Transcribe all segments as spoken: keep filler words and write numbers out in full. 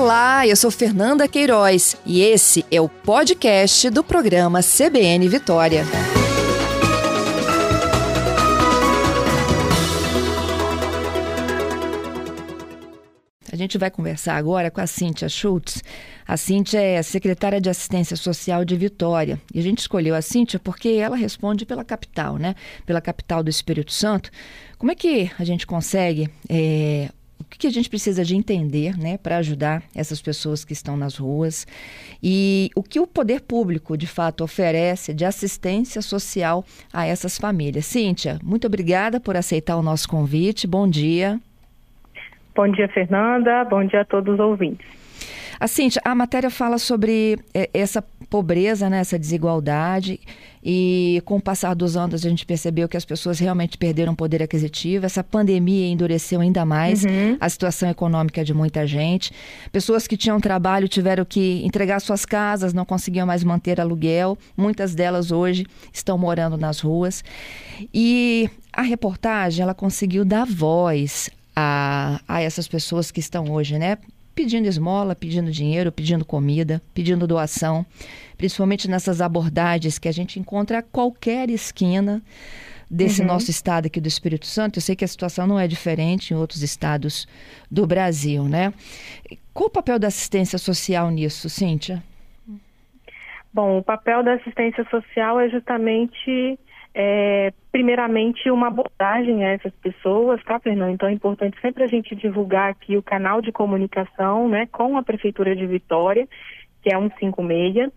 Olá, eu sou Fernanda Queiroz e esse é o podcast do programa C B N Vitória. A gente vai conversar agora com a Cíntia Schultz. A Cíntia é a secretária de Assistência Social de Vitória. E a gente escolheu a Cíntia porque ela responde pela capital, né? Pela capital do Espírito Santo. Como é que a gente consegue... É, o que a gente precisa de entender, né, para ajudar essas pessoas que estão nas ruas e o que o poder público, de fato, oferece de assistência social a essas famílias. Cíntia, muito obrigada por aceitar o nosso convite. Bom dia. Bom dia, Fernanda. Bom dia a todos os ouvintes. A Cíntia, a matéria fala sobre é, essa pobreza, né, essa desigualdade, e com o passar dos anos a gente percebeu que as pessoas realmente perderam poder aquisitivo. Essa pandemia endureceu ainda mais uhum. a situação econômica de muita gente. Pessoas que tinham trabalho tiveram que entregar suas casas, não conseguiam mais manter aluguel. Muitas delas hoje estão morando nas ruas. E a reportagem, ela conseguiu dar voz a, a essas pessoas que estão hoje, né, pedindo esmola, pedindo dinheiro, pedindo comida, pedindo doação, principalmente nessas abordagens que a gente encontra a qualquer esquina desse uhum. nosso estado aqui do Espírito Santo. Eu sei que a situação não é diferente em outros estados do Brasil, né? Qual o papel da assistência social nisso, Cíntia? Bom, o papel da assistência social é justamente... É, primeiramente, uma abordagem a essas pessoas, tá, Fernanda? Então é importante sempre a gente divulgar aqui o canal de comunicação, né, com a Prefeitura de Vitória, que é um cinco seis.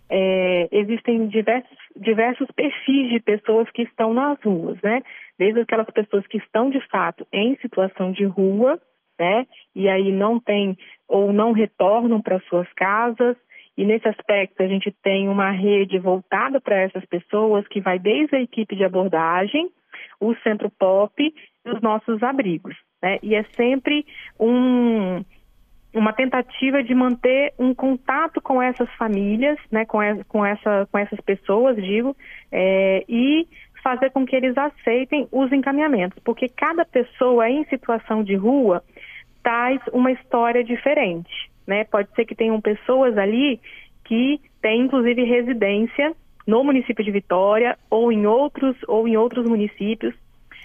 É, existem diversos, diversos perfis de pessoas que estão nas ruas, né? Desde aquelas pessoas que estão, de fato, em situação de rua, né? E aí não tem ou não retornam para suas casas. E nesse aspecto a gente tem uma rede voltada para essas pessoas que vai desde a equipe de abordagem, o Centro Pop e os nossos abrigos, né? E é sempre um, uma tentativa de manter um contato com essas famílias, né? com, a, com, essa, com essas pessoas, digo, é, e fazer com que eles aceitem os encaminhamentos, porque cada pessoa em situação de rua traz uma história diferente. Né? Pode ser que tenham pessoas ali que têm, inclusive, residência no município de Vitória ou em outros, ou em outros municípios.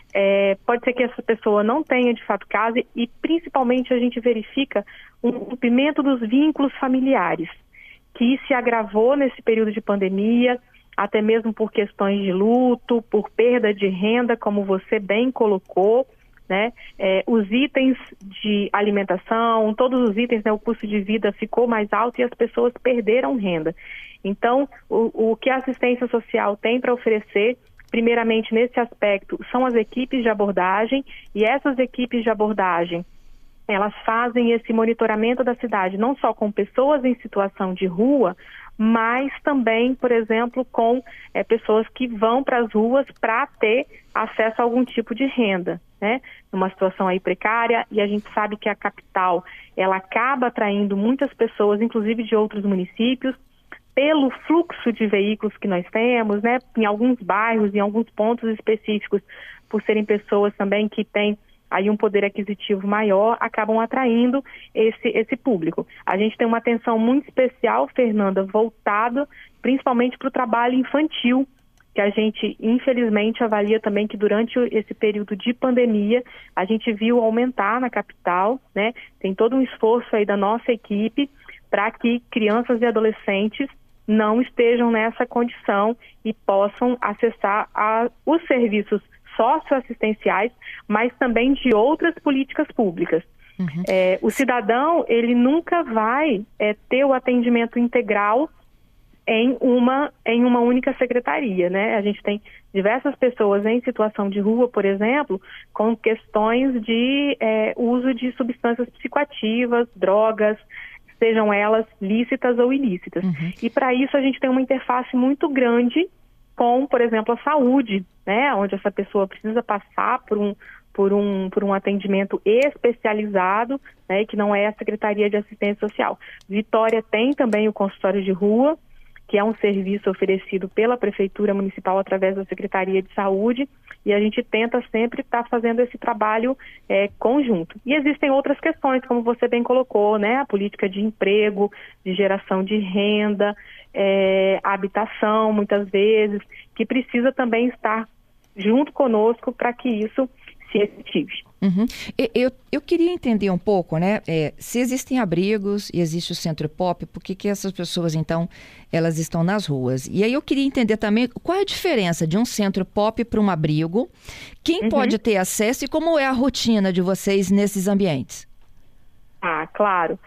É, pode ser que essa pessoa não tenha, de fato, casa e, principalmente, a gente verifica um rompimento dos vínculos familiares, que se agravou nesse período de pandemia, até mesmo por questões de luto, por perda de renda, como você bem colocou. Né? É, os itens de alimentação, todos os itens, né, o custo de vida ficou mais alto e as pessoas perderam renda. Então, o, o que a assistência social tem para oferecer, primeiramente nesse aspecto, são as equipes de abordagem, e essas equipes de abordagem, elas fazem esse monitoramento da cidade, não só com pessoas em situação de rua, mas também, por exemplo, com é, pessoas que vão para as ruas para ter acesso a algum tipo de renda, né? Numa situação aí precária, e a gente sabe que a capital, ela acaba atraindo muitas pessoas, inclusive de outros municípios, pelo fluxo de veículos que nós temos, né? Em alguns bairros, em alguns pontos específicos, por serem pessoas também que têm aí um poder aquisitivo maior, acabam atraindo esse, esse público. A gente tem uma atenção muito especial, Fernanda, voltada principalmente para o trabalho infantil, que a gente, infelizmente, avalia também que durante esse período de pandemia, a gente viu aumentar na capital, né? Tem todo um esforço aí da nossa equipe para que crianças e adolescentes não estejam nessa condição e possam acessar a, os serviços socioassistenciais, mas também de outras políticas públicas. Uhum. É, o cidadão, ele nunca vai é, ter o atendimento integral em uma, em uma única secretaria, né? A gente tem diversas pessoas em situação de rua, por exemplo, com questões de é, uso de substâncias psicoativas, drogas, sejam elas lícitas ou ilícitas. Uhum. E para isso a gente tem uma interface muito grande com, por exemplo, a saúde, né, onde essa pessoa precisa passar por um, por um, por um atendimento especializado, né, que não é a Secretaria de Assistência Social. Vitória tem também o consultório de rua, que é um serviço oferecido pela Prefeitura Municipal através da Secretaria de Saúde, e a gente tenta sempre estar tá fazendo esse trabalho é, conjunto. E existem outras questões, como você bem colocou, né? A política de emprego, de geração de renda, é, habitação, muitas vezes, que precisa também estar junto conosco para que isso se efetive. Uhum. Eu, eu queria entender um pouco, né? É, se existem abrigos e existe o Centro Pop, por que que essas pessoas, então, elas estão nas ruas? E aí eu queria entender também qual é a diferença de um Centro Pop para um abrigo, quem uhum. pode ter acesso e como é a rotina de vocês nesses ambientes? Ah, claro.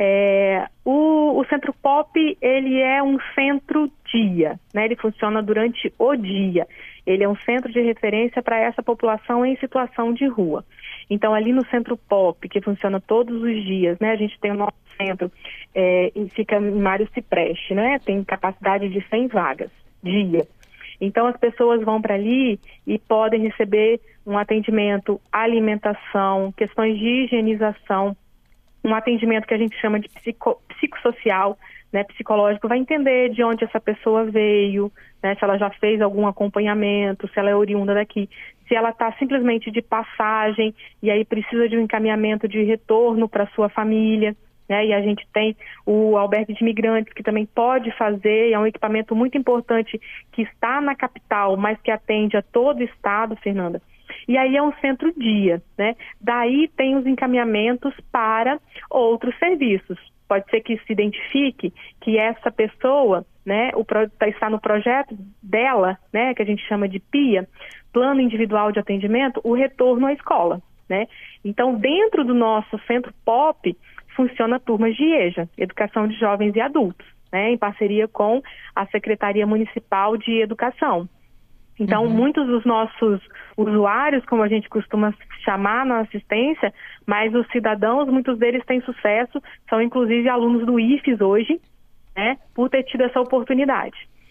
É, o, o Centro Pop, ele é um centro-dia, né? Ele funciona durante o dia. Ele é um centro de referência para essa população em situação de rua. Então, ali no Centro Pop, que funciona todos os dias, né? A gente tem o nosso centro, é, e fica em Mário Cipreste, né? Tem capacidade de cem vagas, dia. Então, as pessoas vão para ali e podem receber um atendimento, alimentação, questões de higienização, um atendimento que a gente chama de psico, psicossocial, né, psicológico, vai entender de onde essa pessoa veio, né, se ela já fez algum acompanhamento, se ela é oriunda daqui, se ela está simplesmente de passagem e aí precisa de um encaminhamento de retorno para sua família, né, e a gente tem o albergue de imigrantes que também pode fazer, é um equipamento muito importante que está na capital, mas que atende a todo o estado, Fernanda. E aí é um centro-dia, né? Daí tem os encaminhamentos para outros serviços. Pode ser que se identifique que essa pessoa, né, o, está no projeto dela, né, que a gente chama de P I A, Plano Individual de Atendimento, o retorno à escola, né? Então, dentro do nosso Centro Pop, funciona turmas de E J A, Educação de Jovens e Adultos, né, em parceria com a Secretaria Municipal de Educação. Então, uhum. muitos dos nossos usuários, como a gente costuma chamar na assistência, mas os cidadãos, muitos deles têm sucesso, são inclusive alunos do I F E S hoje, né, por ter tido essa oportunidade.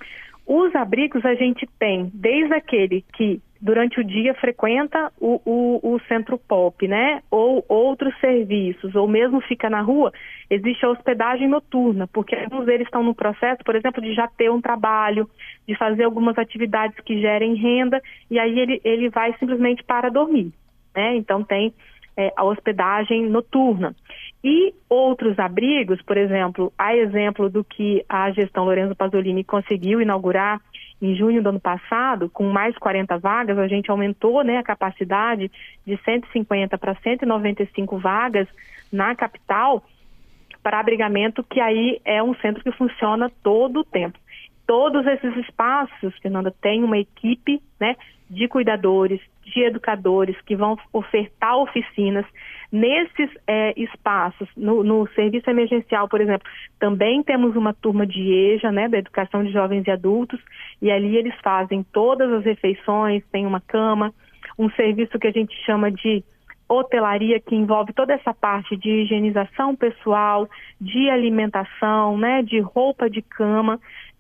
Os abrigos a gente tem desde aquele que durante o dia frequenta o, o, o Centro Pop, né, ou outros serviços, ou mesmo fica na rua, existe a hospedagem noturna, porque alguns deles estão no processo, por exemplo, de já ter um trabalho, de fazer algumas atividades que gerem renda, e aí ele, ele vai simplesmente para dormir, né, então tem é, a hospedagem noturna. E outros abrigos, por exemplo, a exemplo do que a gestão Lorenzo Pasolini conseguiu inaugurar em junho do ano passado, com mais quarenta vagas, a gente aumentou, né, a capacidade de cento e cinquenta para cento e noventa e cinco vagas na capital para abrigamento, que aí é um centro que funciona todo o tempo. Todos esses espaços, Fernanda, tem uma equipe, né, de cuidadores, de educadores que vão ofertar oficinas. Nesses é, espaços, no, no serviço emergencial, por exemplo, também temos uma turma de E J A, né, da Educação de Jovens e Adultos, e ali eles fazem todas as refeições, tem uma cama, um serviço que a gente chama de hotelaria, que envolve toda essa parte de higienização pessoal, de alimentação, né, de roupa de cama,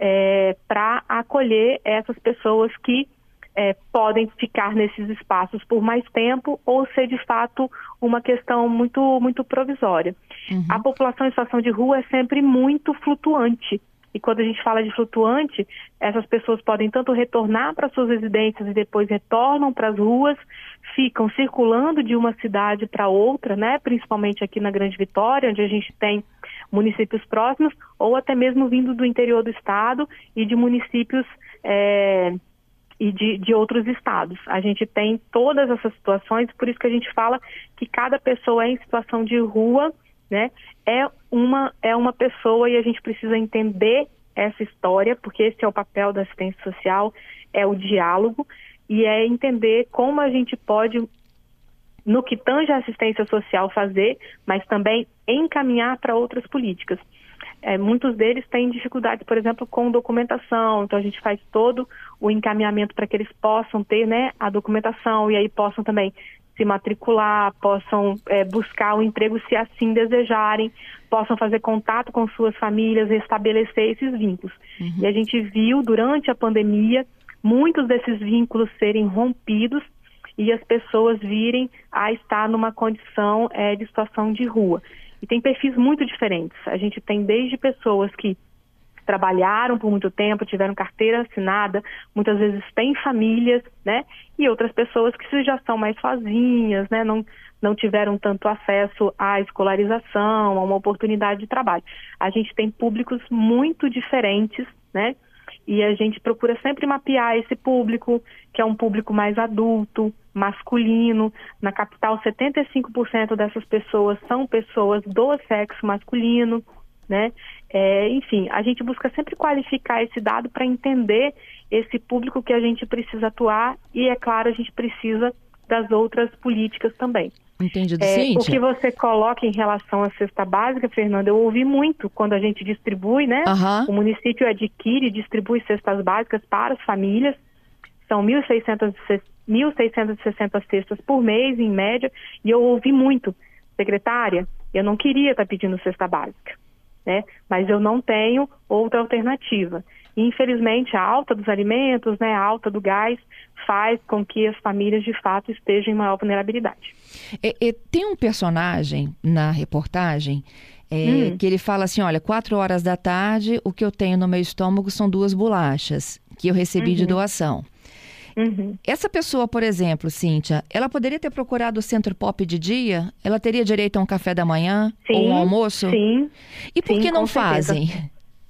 é, para acolher essas pessoas que É, podem ficar nesses espaços por mais tempo ou ser de fato uma questão muito, muito provisória. Uhum. A população em situação de rua é sempre muito flutuante. E quando a gente fala de flutuante, essas pessoas podem tanto retornar para suas residências e depois retornam para as ruas, ficam circulando de uma cidade para outra, né? Principalmente aqui na Grande Vitória, onde a gente tem municípios próximos, ou até mesmo vindo do interior do estado e de municípios é, e de, de outros estados. A gente tem todas essas situações, por isso que a gente fala que cada pessoa em situação de rua, né, é uma, é uma pessoa, e a gente precisa entender essa história, porque esse é o papel da assistência social, é o diálogo, e é entender como a gente pode, no que tange a assistência social, fazer, mas também encaminhar para outras políticas. É, muitos deles têm dificuldades, por exemplo, com documentação, então a gente faz todo o encaminhamento para que eles possam ter, né, a documentação, e aí possam também se matricular, possam é, buscar o emprego se assim desejarem, possam fazer contato com suas famílias, restabelecer esses vínculos. Uhum. E a gente viu durante a pandemia muitos desses vínculos serem rompidos e as pessoas virem a estar numa condição é, de situação de rua. E tem perfis muito diferentes. A gente tem desde pessoas que trabalharam por muito tempo, tiveram carteira assinada, muitas vezes têm famílias, né? E outras pessoas que já são mais sozinhas, né? Não, não tiveram tanto acesso à escolarização, a uma oportunidade de trabalho. A gente tem públicos muito diferentes, né? E a gente procura sempre mapear esse público, que é um público mais adulto, masculino. Na capital, setenta e cinco por cento dessas pessoas são pessoas do sexo masculino, né? É, enfim, a gente busca sempre qualificar esse dado para entender esse público que a gente precisa atuar e, é claro, a gente precisa das outras políticas também. Entendido, é, Cíntia. O que você coloca em relação à cesta básica, Fernanda, eu ouvi muito quando a gente distribui, né? Uhum. O município adquire e distribui cestas básicas para as famílias. São mil seiscentas e sessenta cestas por mês, em média, e eu ouvi muito, secretária, eu não queria estar pedindo cesta básica, né? Mas eu não tenho outra alternativa. E, infelizmente, a alta dos alimentos, né, a alta do gás, faz com que as famílias, de fato, estejam em maior vulnerabilidade. E, e tem um personagem na reportagem é, hum. que ele fala assim, olha, quatro horas da tarde, o que eu tenho no meu estômago são duas bolachas que eu recebi uhum. de doação. Uhum. Essa pessoa, por exemplo, Cíntia, ela poderia ter procurado o Centro Pop de dia? Ela teria direito a um café da manhã sim, ou um almoço? Sim. E por sim, que não fazem? Certeza.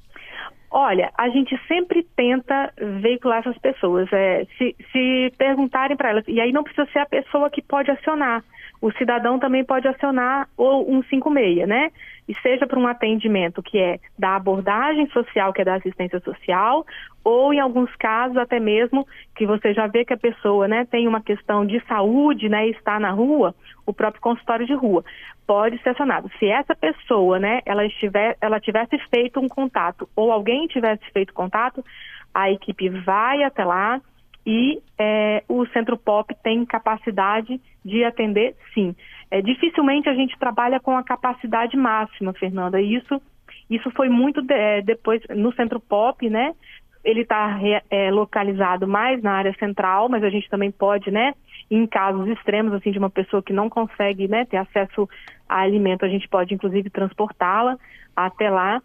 Olha, a gente sempre tenta veicular essas pessoas. É, se, se perguntarem para elas, e aí não precisa ser a pessoa que pode acionar. O cidadão também pode acionar o cento e cinquenta e seis, né? E seja para um atendimento que é da abordagem social, que é da assistência social, ou em alguns casos até mesmo que você já vê que a pessoa, né, tem uma questão de saúde, né, e está na rua, o próprio consultório de rua pode ser acionado. Se essa pessoa, né, ela, estiver, ela tivesse feito um contato ou alguém tivesse feito contato, a equipe vai até lá e é, o Centro Pop tem capacidade de atender, sim. É, dificilmente a gente trabalha com a capacidade máxima, Fernanda. Isso, isso foi muito de, é, depois no Centro Pop, né? Ele está é, localizado mais na área central, mas a gente também pode, né? Em casos extremos, assim, de uma pessoa que não consegue, né, ter acesso a alimento, a gente pode, inclusive, transportá-la até lá,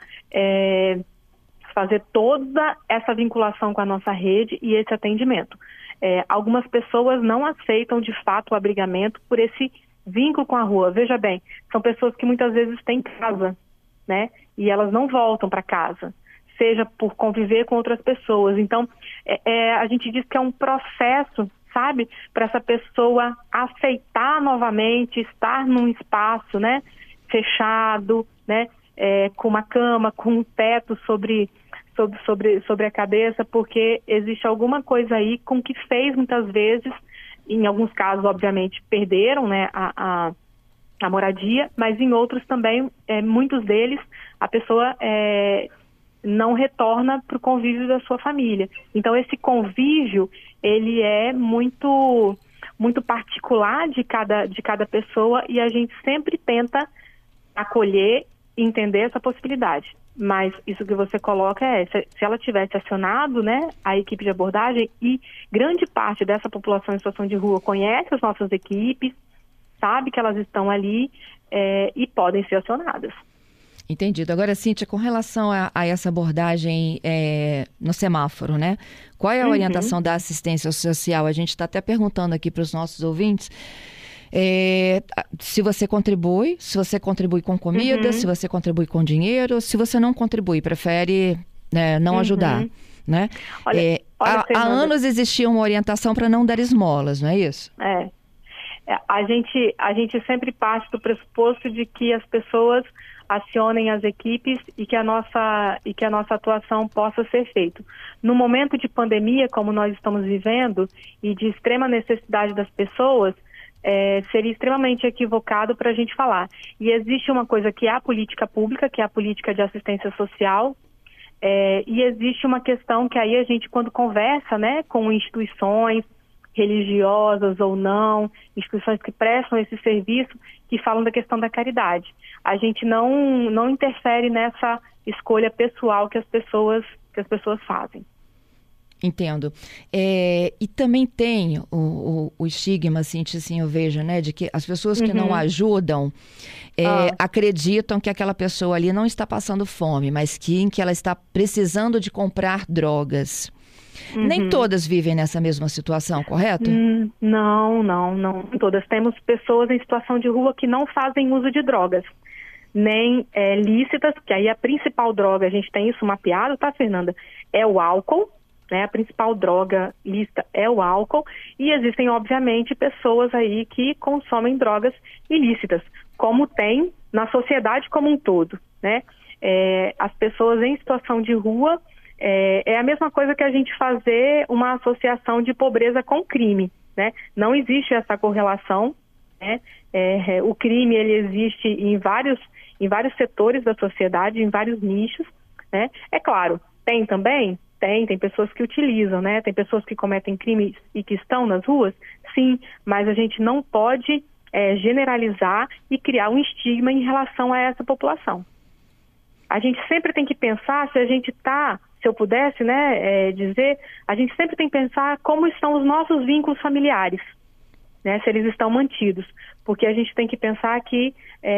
é, fazer toda essa vinculação com a nossa rede e esse atendimento. É, algumas pessoas não aceitam, de fato, o abrigamento por esse vínculo com a rua. Veja bem, são pessoas que muitas vezes têm casa, né? E elas não voltam para casa, seja por conviver com outras pessoas. Então, é, é, a gente diz que é um processo, sabe, para essa pessoa aceitar novamente, estar num espaço, né, fechado, né, é, com uma cama, com um teto sobre, sobre, sobre, sobre a cabeça, porque existe alguma coisa aí com que fez muitas vezes, em alguns casos, obviamente, perderam, né, a, a, a moradia, mas em outros também, é, muitos deles, a pessoa é, não retorna para o convívio da sua família. Então, esse convívio, ele é muito, muito particular de cada, de cada pessoa e a gente sempre tenta acolher e entender essa possibilidade. Mas isso que você coloca é, se, se ela tivesse acionado, né, a equipe de abordagem, e grande parte dessa população em situação de rua conhece as nossas equipes, sabe que elas estão ali é, e podem ser acionadas. Entendido. Agora, Cíntia, com relação a, a essa abordagem é, no semáforo, né? Qual é a uhum. orientação da assistência social? A gente está até perguntando aqui para os nossos ouvintes é, se você contribui, se você contribui com comida, uhum. se você contribui com dinheiro, se você não contribui, prefere né, não uhum. ajudar, né? Olha, é, olha, há, há anos existia uma orientação para não dar esmolas, não é isso? É. A gente, a gente sempre parte do pressuposto de que as pessoas acionem as equipes e que a nossa, e que a nossa atuação possa ser feita. No momento de pandemia, como nós estamos vivendo, e de extrema necessidade das pessoas, é, seria extremamente equivocado para a gente falar. E existe uma coisa que é a política pública, que é a política de assistência social, é, e existe uma questão que aí a gente, quando conversa, né, com instituições religiosas ou não, instituições que prestam esse serviço, que falam da questão da caridade. A gente não, não interfere nessa escolha pessoal que as pessoas, que as pessoas fazem. Entendo. É, e também tem o, o, o estigma, assim, assim, eu vejo, né, de que as pessoas que uhum. não ajudam é, ah. acreditam que aquela pessoa ali não está passando fome, mas que, que ela está precisando de comprar drogas. Uhum. Nem todas vivem nessa mesma situação, correto? Hum, não, não, não. Todas. Temos pessoas em situação de rua que não fazem uso de drogas, nem é, lícitas, que aí a principal droga, a gente tem isso mapeado, tá, Fernanda? É o álcool. Né, a principal droga lícita é o álcool, e existem, obviamente, pessoas aí que consomem drogas ilícitas, como tem na sociedade como um todo, né? É, as pessoas em situação de rua, é, é a mesma coisa que a gente fazer uma associação de pobreza com crime, né? Não existe essa correlação, né? É, o crime, ele existe em vários, em vários setores da sociedade, em vários nichos, né? É claro, tem também... Tem, tem pessoas que utilizam, né? Tem pessoas que cometem crimes e que estão nas ruas, sim, mas a gente não pode é, generalizar e criar um estigma em relação a essa população. A gente sempre tem que pensar, se a gente está, se eu pudesse, né, é, dizer, a gente sempre tem que pensar como estão os nossos vínculos familiares, né? Se eles estão mantidos, porque a gente tem que pensar que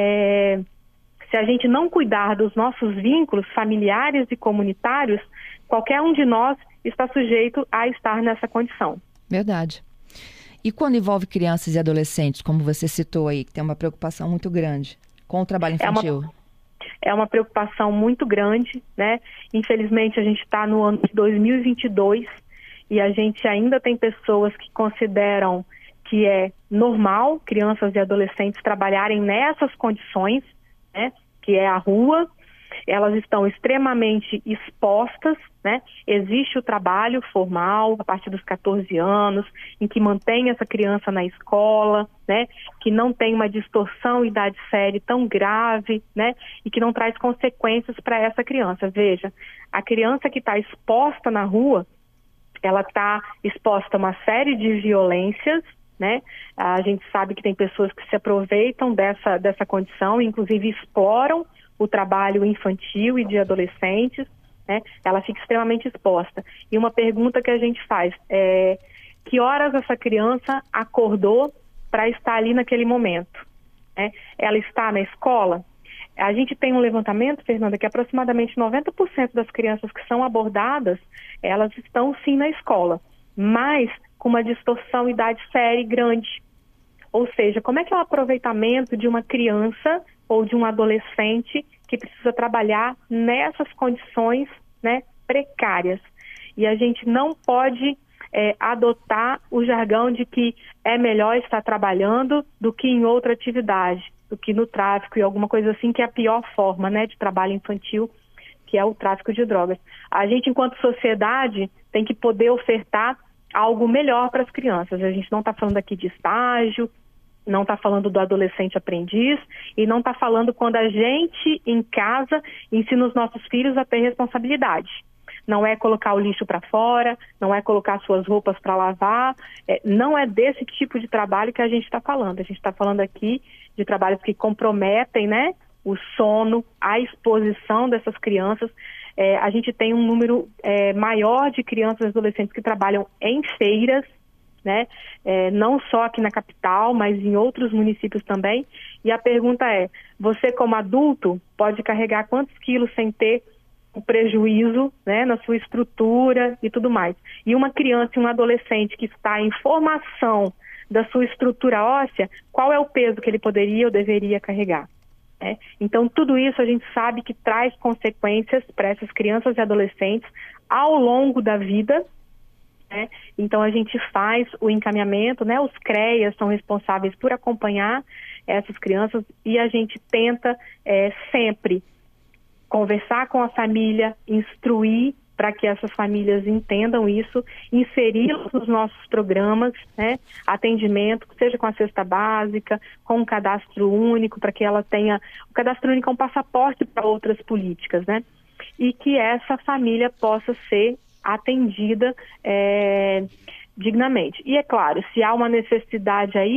é, se a gente não cuidar dos nossos vínculos familiares e comunitários, qualquer um de nós está sujeito a estar nessa condição. Verdade. E quando envolve crianças e adolescentes, como você citou aí, que tem uma preocupação muito grande com o trabalho infantil? É uma, é uma preocupação muito grande, né? Infelizmente, a gente está no ano de dois mil e vinte e dois e a gente ainda tem pessoas que consideram que é normal crianças e adolescentes trabalharem nessas condições, né? Que é a rua. Elas estão extremamente expostas, né? Existe o trabalho formal a partir dos catorze anos, em que mantém essa criança na escola, né? Que não tem uma distorção idade-série tão grave, né? E que não traz consequências para essa criança. Veja, a criança que está exposta na rua, ela está exposta a uma série de violências, né? A gente sabe que tem pessoas que se aproveitam dessa, dessa condição, inclusive exploram o trabalho infantil e de adolescentes, né? Ela fica extremamente exposta. E uma pergunta que a gente faz é: que horas essa criança acordou para estar ali naquele momento? Né? Ela está na escola? A gente tem um levantamento, Fernanda, que aproximadamente noventa por cento das crianças que são abordadas, elas estão sim na escola, mas com uma distorção idade-série grande. Ou seja, como é que é o aproveitamento de uma criança ou de um adolescente que precisa trabalhar nessas condições, né, precárias? E a gente não pode é, adotar o jargão de que é melhor estar trabalhando do que em outra atividade, do que no tráfico e alguma coisa assim, que é a pior forma, né, de trabalho infantil, que é o tráfico de drogas. A gente, enquanto sociedade, tem que poder ofertar algo melhor para as crianças. A gente não está falando aqui de estágio, não está falando do adolescente aprendiz e não está falando quando a gente, em casa, ensina os nossos filhos a ter responsabilidade. Não é colocar o lixo para fora, não é colocar suas roupas para lavar, é, não é desse tipo de trabalho que a gente está falando. A gente está falando aqui de trabalhos que comprometem, né, o sono, a exposição dessas crianças. É, a gente tem um número é, maior de crianças e adolescentes que trabalham em feiras, né? É, não só aqui na capital, mas em outros municípios também. E a pergunta é: você como adulto pode carregar quantos quilos sem ter o prejuízo, né, na sua estrutura e tudo mais? E uma criança e um adolescente que está em formação da sua estrutura óssea, qual é o peso que ele poderia ou deveria carregar? É, então, tudo isso a gente sabe que traz consequências para essas crianças e adolescentes ao longo da vida, né? Então, a gente faz o encaminhamento, né? Os CREAs são responsáveis por acompanhar essas crianças e a gente tenta é, sempre conversar com a família, instruir para que essas famílias entendam isso, inseri-los nos nossos programas, né? Atendimento, seja com a cesta básica, com um cadastro único, para que ela tenha... O cadastro único é um passaporte para outras políticas, né? E que essa família possa ser atendida é, dignamente. E é claro, se há uma necessidade aí,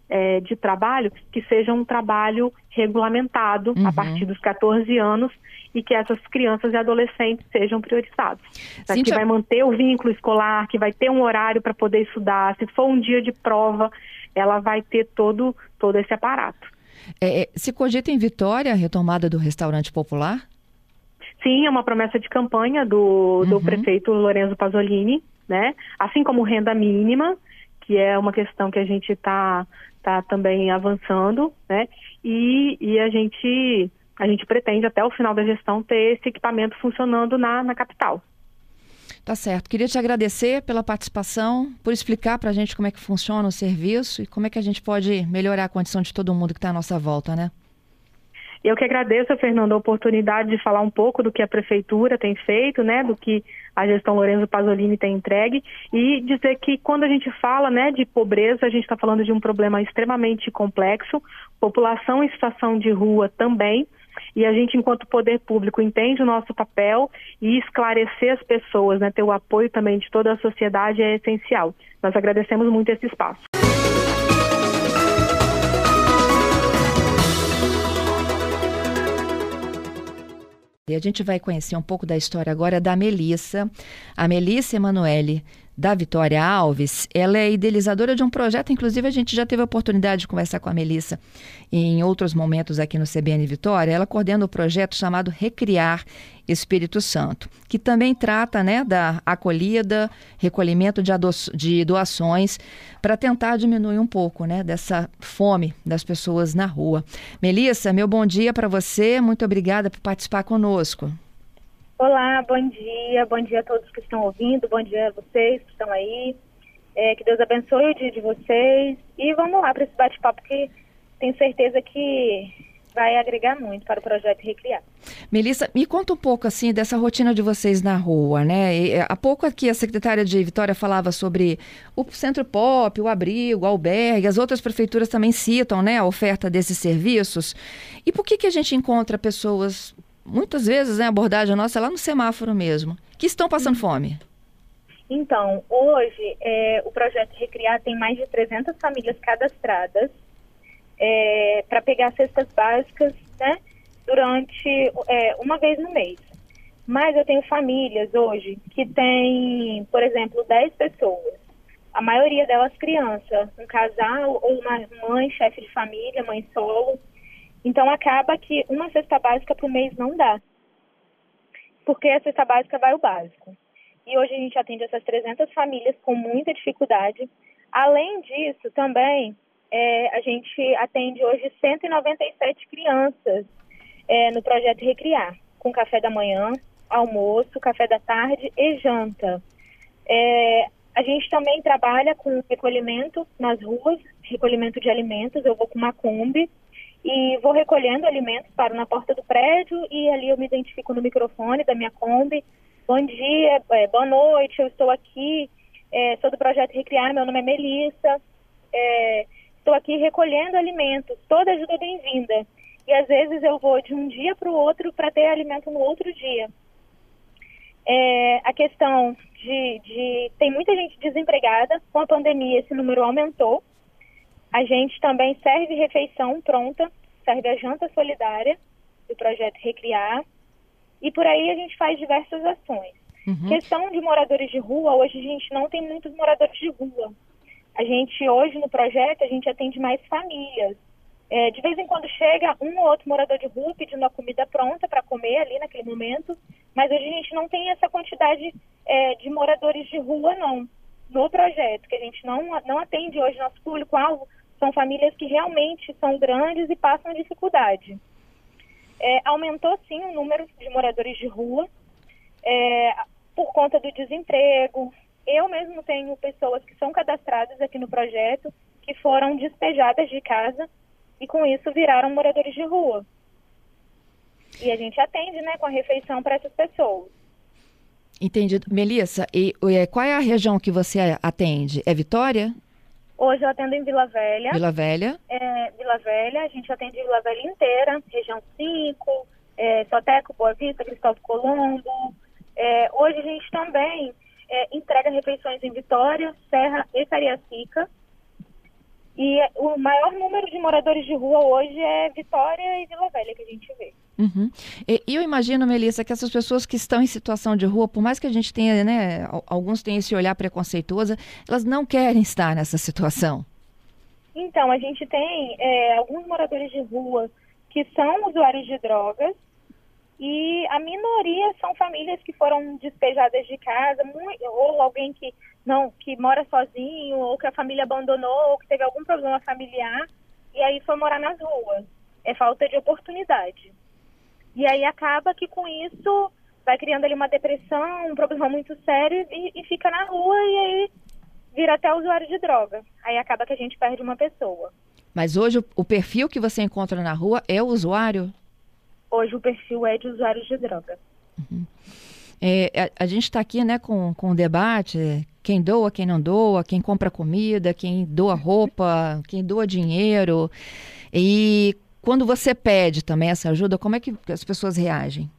é, de trabalho, que seja um trabalho regulamentado uhum. a partir dos catorze anos e que essas crianças e adolescentes sejam priorizados. Cíntia... Que vai manter o vínculo escolar, que vai ter um horário para poder estudar, se for um dia de prova, ela vai ter todo, todo esse aparato. É, se cogita em Vitória a retomada do restaurante popular? Sim, é uma promessa de campanha do, do uhum. prefeito Lorenzo Pasolini, né? Assim como renda mínima, que é uma questão que a gente está tá também avançando, né? E, e a, gente, a gente pretende até o final da gestão ter esse equipamento funcionando na, na capital. Tá certo. Queria te agradecer pela participação, por explicar para a gente como é que funciona o serviço e como é que a gente pode melhorar a condição de todo mundo que está à nossa volta, né? Eu que agradeço, Fernando, a oportunidade de falar um pouco do que a Prefeitura tem feito, né, do que a gestão Lorenzo Pasolini tem entregue, e dizer que quando a gente fala, né, de pobreza, a gente está falando de um problema extremamente complexo, população em situação de rua também, e a gente, enquanto poder público, entende o nosso papel e esclarecer as pessoas, né, ter o apoio também de toda a sociedade é essencial. Nós agradecemos muito esse espaço. E a gente vai conhecer um pouco da história agora da Melissa. A Melissa Emanuele da Vitória Alves, ela é idealizadora de um projeto, inclusive a gente já teve a oportunidade de conversar com a Melissa em outros momentos aqui no C B N Vitória. Ela coordena o projeto chamado Recriar Espírito Santo, que também trata, né, da acolhida, recolhimento de, ado- de doações para tentar diminuir um pouco, né, dessa fome das pessoas na rua. Melissa, meu bom dia para você, muito obrigada por participar conosco. Olá, bom dia, bom dia a todos que estão ouvindo, bom dia a vocês que estão aí, é, que Deus abençoe o dia de vocês e vamos lá para esse bate-papo que tenho certeza que vai agregar muito para o projeto Recriar. Melissa, me conta um pouco assim dessa rotina de vocês na rua, né? E, há pouco aqui a secretária de Vitória falava sobre o Centro Pop, o abrigo, o albergue, as outras prefeituras também citam, né, a oferta desses serviços. E por que que a gente encontra pessoas, muitas vezes, né, a abordagem nossa é lá no semáforo mesmo, que estão passando fome? Então, hoje é, o projeto Recriar tem mais de trezentas famílias cadastradas é, para pegar cestas básicas, né, durante é, uma vez no mês. Mas eu tenho famílias hoje que tem, por exemplo, dez pessoas. A maioria delas criança, um casal ou uma mãe, chefe de família, mãe solo. Então acaba que uma cesta básica por mês não dá. Porque a cesta básica vai o básico. E hoje a gente atende essas trezentas famílias com muita dificuldade. Além disso, também, é, a gente atende hoje cento e noventa e sete crianças é, no projeto Recriar, com café da manhã, almoço, café da tarde e janta. É, a gente também trabalha com recolhimento nas ruas, recolhimento de alimentos. Eu vou com uma Kombi e vou recolhendo alimentos, paro na porta do prédio e ali eu me identifico no microfone da minha Kombi. Bom dia, é, boa noite, eu estou aqui, é, sou do projeto Recriar, meu nome é Melissa, é, estou aqui recolhendo alimentos, toda ajuda é bem-vinda. E às vezes eu vou de um dia para o outro para ter alimento no outro dia. É, a questão de, de... Tem muita gente desempregada, com a pandemia esse número aumentou. A gente também serve refeição pronta, serve a janta solidária do projeto Recriar. E por aí a gente faz diversas ações. Uhum. Questão de moradores de rua, hoje a gente não tem muitos moradores de rua. A gente, hoje no projeto, a gente atende mais famílias. É, de vez em quando chega um ou outro morador de rua pedindo a comida pronta para comer ali naquele momento, mas hoje a gente não tem essa quantidade é, de moradores de rua, não. No projeto, que a gente não, não atende hoje, nosso público-alvo são famílias que realmente são grandes e passam dificuldade. É, aumentou sim o número de moradores de rua é, por conta do desemprego. Eu mesmo tenho pessoas que são cadastradas aqui no projeto que foram despejadas de casa e com isso viraram moradores de rua. E a gente atende, né, com a refeição para essas pessoas. Entendido. Melissa, e, e qual é a região que você atende? É Vitória? Hoje eu atendo em Vila Velha. Vila Velha? É, Vila Velha, a gente atende Vila Velha inteira, região cinco, é, Soteco, Boa Vista, Cristóvão Colombo. É, hoje a gente também é, entrega refeições em Vitória, Serra e Cariacica. E o maior número de moradores de rua hoje é Vitória e Vila Velha que a gente vê. Uhum. E eu imagino, Melissa, que essas pessoas que estão em situação de rua, por mais que a gente tenha, né, alguns tenham esse olhar preconceituoso, elas não querem estar nessa situação. Então, a gente tem é, alguns moradores de rua que são usuários de drogas e a minoria são famílias que foram despejadas de casa, muito, ou alguém que, não, que mora sozinho, ou que a família abandonou, ou que teve algum problema familiar e aí foi morar nas ruas. É falta de oportunidade. E aí acaba que com isso vai criando ali uma depressão, um problema muito sério e, e fica na rua e aí vira até usuário de droga. Aí acaba que a gente perde uma pessoa. Mas hoje o, o perfil que você encontra na rua é o usuário? Hoje o perfil é de usuários de droga. Uhum. É, a, a gente está aqui, né, com, com o debate, quem doa, quem não doa, quem compra comida, quem doa roupa, quem doa dinheiro. E quando você pede também essa ajuda, como é que as pessoas reagem?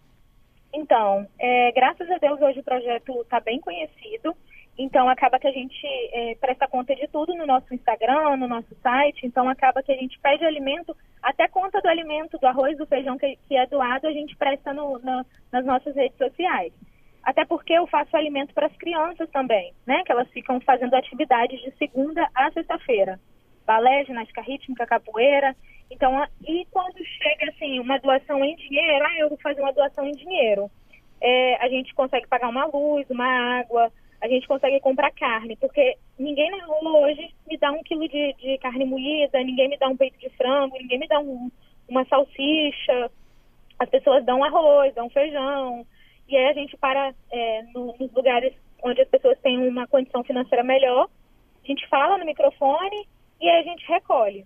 Então, é, graças a Deus hoje o projeto está bem conhecido, então acaba que a gente é, presta conta de tudo no nosso Instagram, no nosso site, então acaba que a gente pede alimento, até conta do alimento, do arroz, do feijão que, que é doado, a gente presta no, no, nas nossas redes sociais. Até porque eu faço alimento para as crianças também, né, que elas ficam fazendo atividades de segunda a sexta-feira. Balé, ginástica rítmica, capoeira. Então, e quando chega assim, uma doação em dinheiro, ah, eu vou fazer uma doação em dinheiro. É, a gente consegue pagar uma luz, uma água, a gente consegue comprar carne, porque ninguém na rua hoje me dá um quilo de, de carne moída, ninguém me dá um peito de frango, ninguém me dá um, uma salsicha. As pessoas dão arroz, dão feijão. E aí a gente para é, no, nos lugares onde as pessoas têm uma condição financeira melhor, a gente fala no microfone e aí a gente recolhe.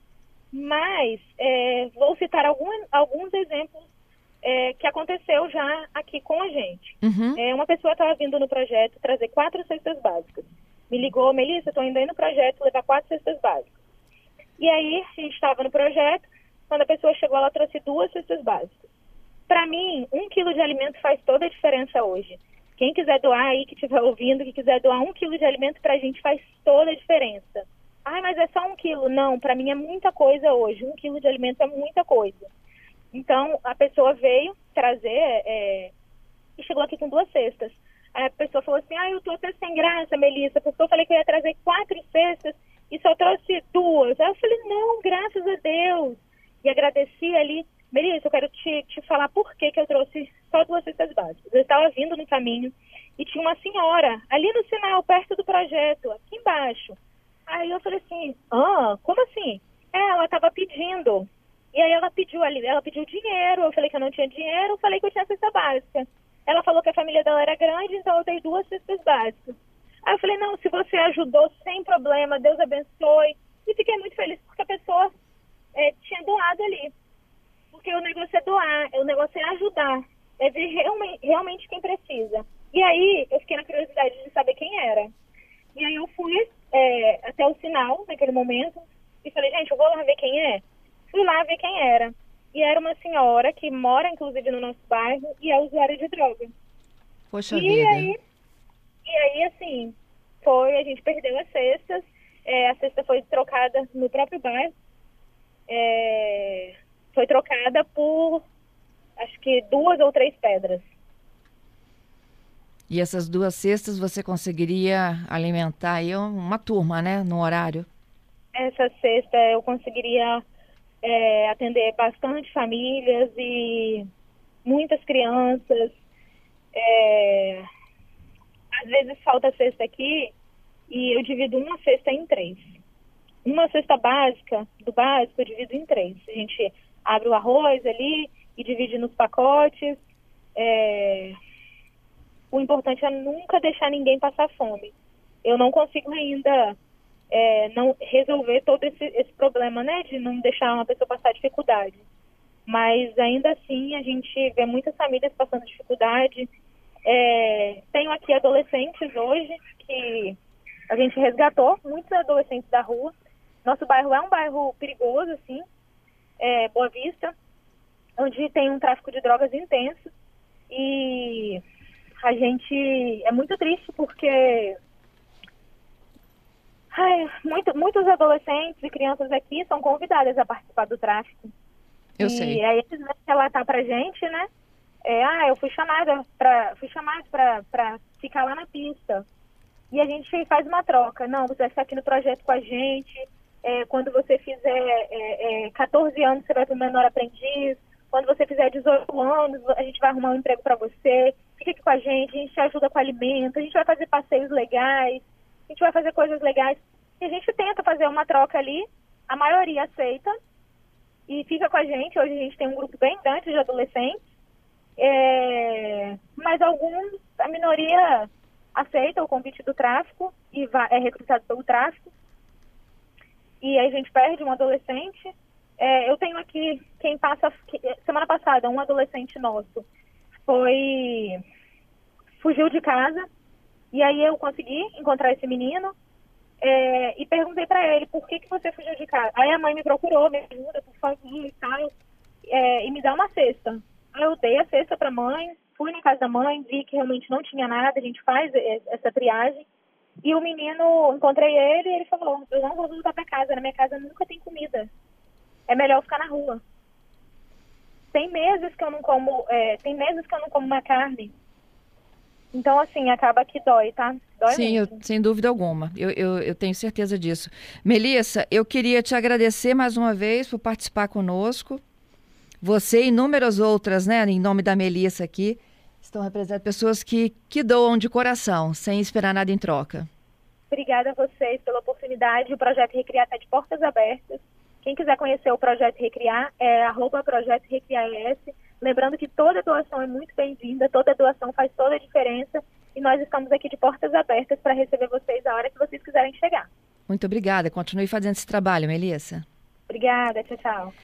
Mas é, vou citar algum, alguns exemplos é, que aconteceu já aqui com a gente. Uhum. É, uma pessoa estava vindo no projeto trazer quatro cestas básicas. Me ligou, Melissa, estou indo aí no projeto levar quatro cestas básicas. E aí a gente estava no projeto, quando a pessoa chegou, ela trouxe duas cestas básicas. Para mim, um quilo de alimento faz toda a diferença hoje. Quem quiser doar aí, que estiver ouvindo, que quiser doar um quilo de alimento para a gente faz toda a diferença. Ah, mas é só um quilo. Não, para mim é muita coisa hoje. Um quilo de alimento é muita coisa. Então, a pessoa veio trazer é, e chegou aqui com duas cestas. Aí a pessoa falou assim, ah, eu tô até sem graça, Melissa, porque eu falei que eu ia trazer quatro cestas e só trouxe duas. Aí eu falei, não, graças a Deus. E agradeci ali, Melissa, eu quero te, te falar por que que eu trouxe só duas cestas básicas. Eu estava vindo no caminho e tinha uma senhora ali no sinal, perto do projeto, aqui embaixo. Aí eu falei assim, ah, como assim? É, ela estava pedindo. E aí ela pediu ali, ela pediu dinheiro, eu falei que eu não tinha dinheiro, eu falei que eu tinha cesta básica. Ela falou que a família dela era grande, então eu dei duas cestas básicas. Aí eu falei, não, se você ajudou, sem problema, Deus abençoe. E fiquei muito feliz porque a pessoa é, tinha doado ali. Porque o negócio é doar, o negócio é ajudar, é ver realmente, realmente quem precisa. E aí eu fiquei na curiosidade de saber quem era. E aí eu fui é, até o sinal, naquele momento, e falei, gente, eu vou lá ver quem é. Fui lá ver quem era. E era uma senhora que mora, inclusive, no nosso bairro e é usuária de droga. Poxa e vida. Aí, e aí, assim, foi, a gente perdeu as cestas, é, a cesta foi trocada no próprio bairro, é, foi trocada por, acho que duas ou três pedras. E essas duas cestas você conseguiria alimentar aí uma turma, né, no horário? Essa cesta eu conseguiria é, atender bastante famílias e muitas crianças. É, às vezes falta cesta aqui e eu divido uma cesta em três. Uma cesta básica, do básico, eu divido em três. A gente abre o arroz ali e divide nos pacotes. É, o importante é nunca deixar ninguém passar fome. Eu não consigo ainda é, não resolver todo esse, esse problema, né, de não deixar uma pessoa passar dificuldade. Mas ainda assim a gente vê muitas famílias passando dificuldade. É, tenho aqui adolescentes hoje que a gente resgatou, muitos adolescentes da rua. Nosso bairro é um bairro perigoso, assim, é, Boa Vista, onde tem um tráfico de drogas intenso. E a gente é muito triste porque Ai, muito, muitos adolescentes e crianças aqui são convidadas a participar do tráfico. Eu e sei. aí eles vão relatar pra gente, né? É, ah, eu fui chamada para fui chamado para ficar lá na pista. E a gente faz uma troca. Não, você vai ficar aqui no projeto com a gente. É, quando você fizer é, é, catorze anos, você vai para o menor aprendiz. Quando você fizer dezoito anos, a gente vai arrumar um emprego para você. Fica aqui com a gente, a gente te ajuda com alimento, a gente vai fazer passeios legais, a gente vai fazer coisas legais. E a gente tenta fazer uma troca ali, a maioria aceita e fica com a gente. Hoje a gente tem um grupo bem grande de adolescentes, é, mas alguns, a minoria aceita o convite do tráfico e vai, é recrutado pelo tráfico. E aí a gente perde um adolescente. É, eu tenho aqui, quem passa, semana passada, um adolescente nosso foi, fugiu de casa, e aí eu consegui encontrar esse menino, é, e perguntei pra ele, por que que você fugiu de casa? Aí a mãe me procurou, me ajuda, por favor, e tal, é, e me dá uma cesta. Aí eu dei a cesta pra mãe, fui na casa da mãe, vi que realmente não tinha nada, a gente faz essa triagem, e o menino, encontrei ele, e ele falou, eu não vou voltar pra casa, na minha casa nunca tem comida. É melhor ficar na rua. Tem meses que eu não como, é, tem meses que eu não como uma carne. Então, assim, acaba que dói, tá? Dói Sim, eu, sem dúvida alguma. Eu, eu, eu tenho certeza disso. Melissa, eu queria te agradecer mais uma vez por participar conosco. Você e inúmeras outras, né, em nome da Melissa aqui, estão representando pessoas que, que doam de coração, sem esperar nada em troca. Obrigada a vocês pela oportunidade. O Projeto Recriar está de portas abertas. Quem quiser conhecer o Projeto Recriar é arroba Projeto Recriar E S. Lembrando que toda doação é muito bem-vinda, toda doação faz toda a diferença e nós estamos aqui de portas abertas para receber vocês a hora que vocês quiserem chegar. Muito obrigada. Continue fazendo esse trabalho, Melissa. Obrigada. Tchau, tchau.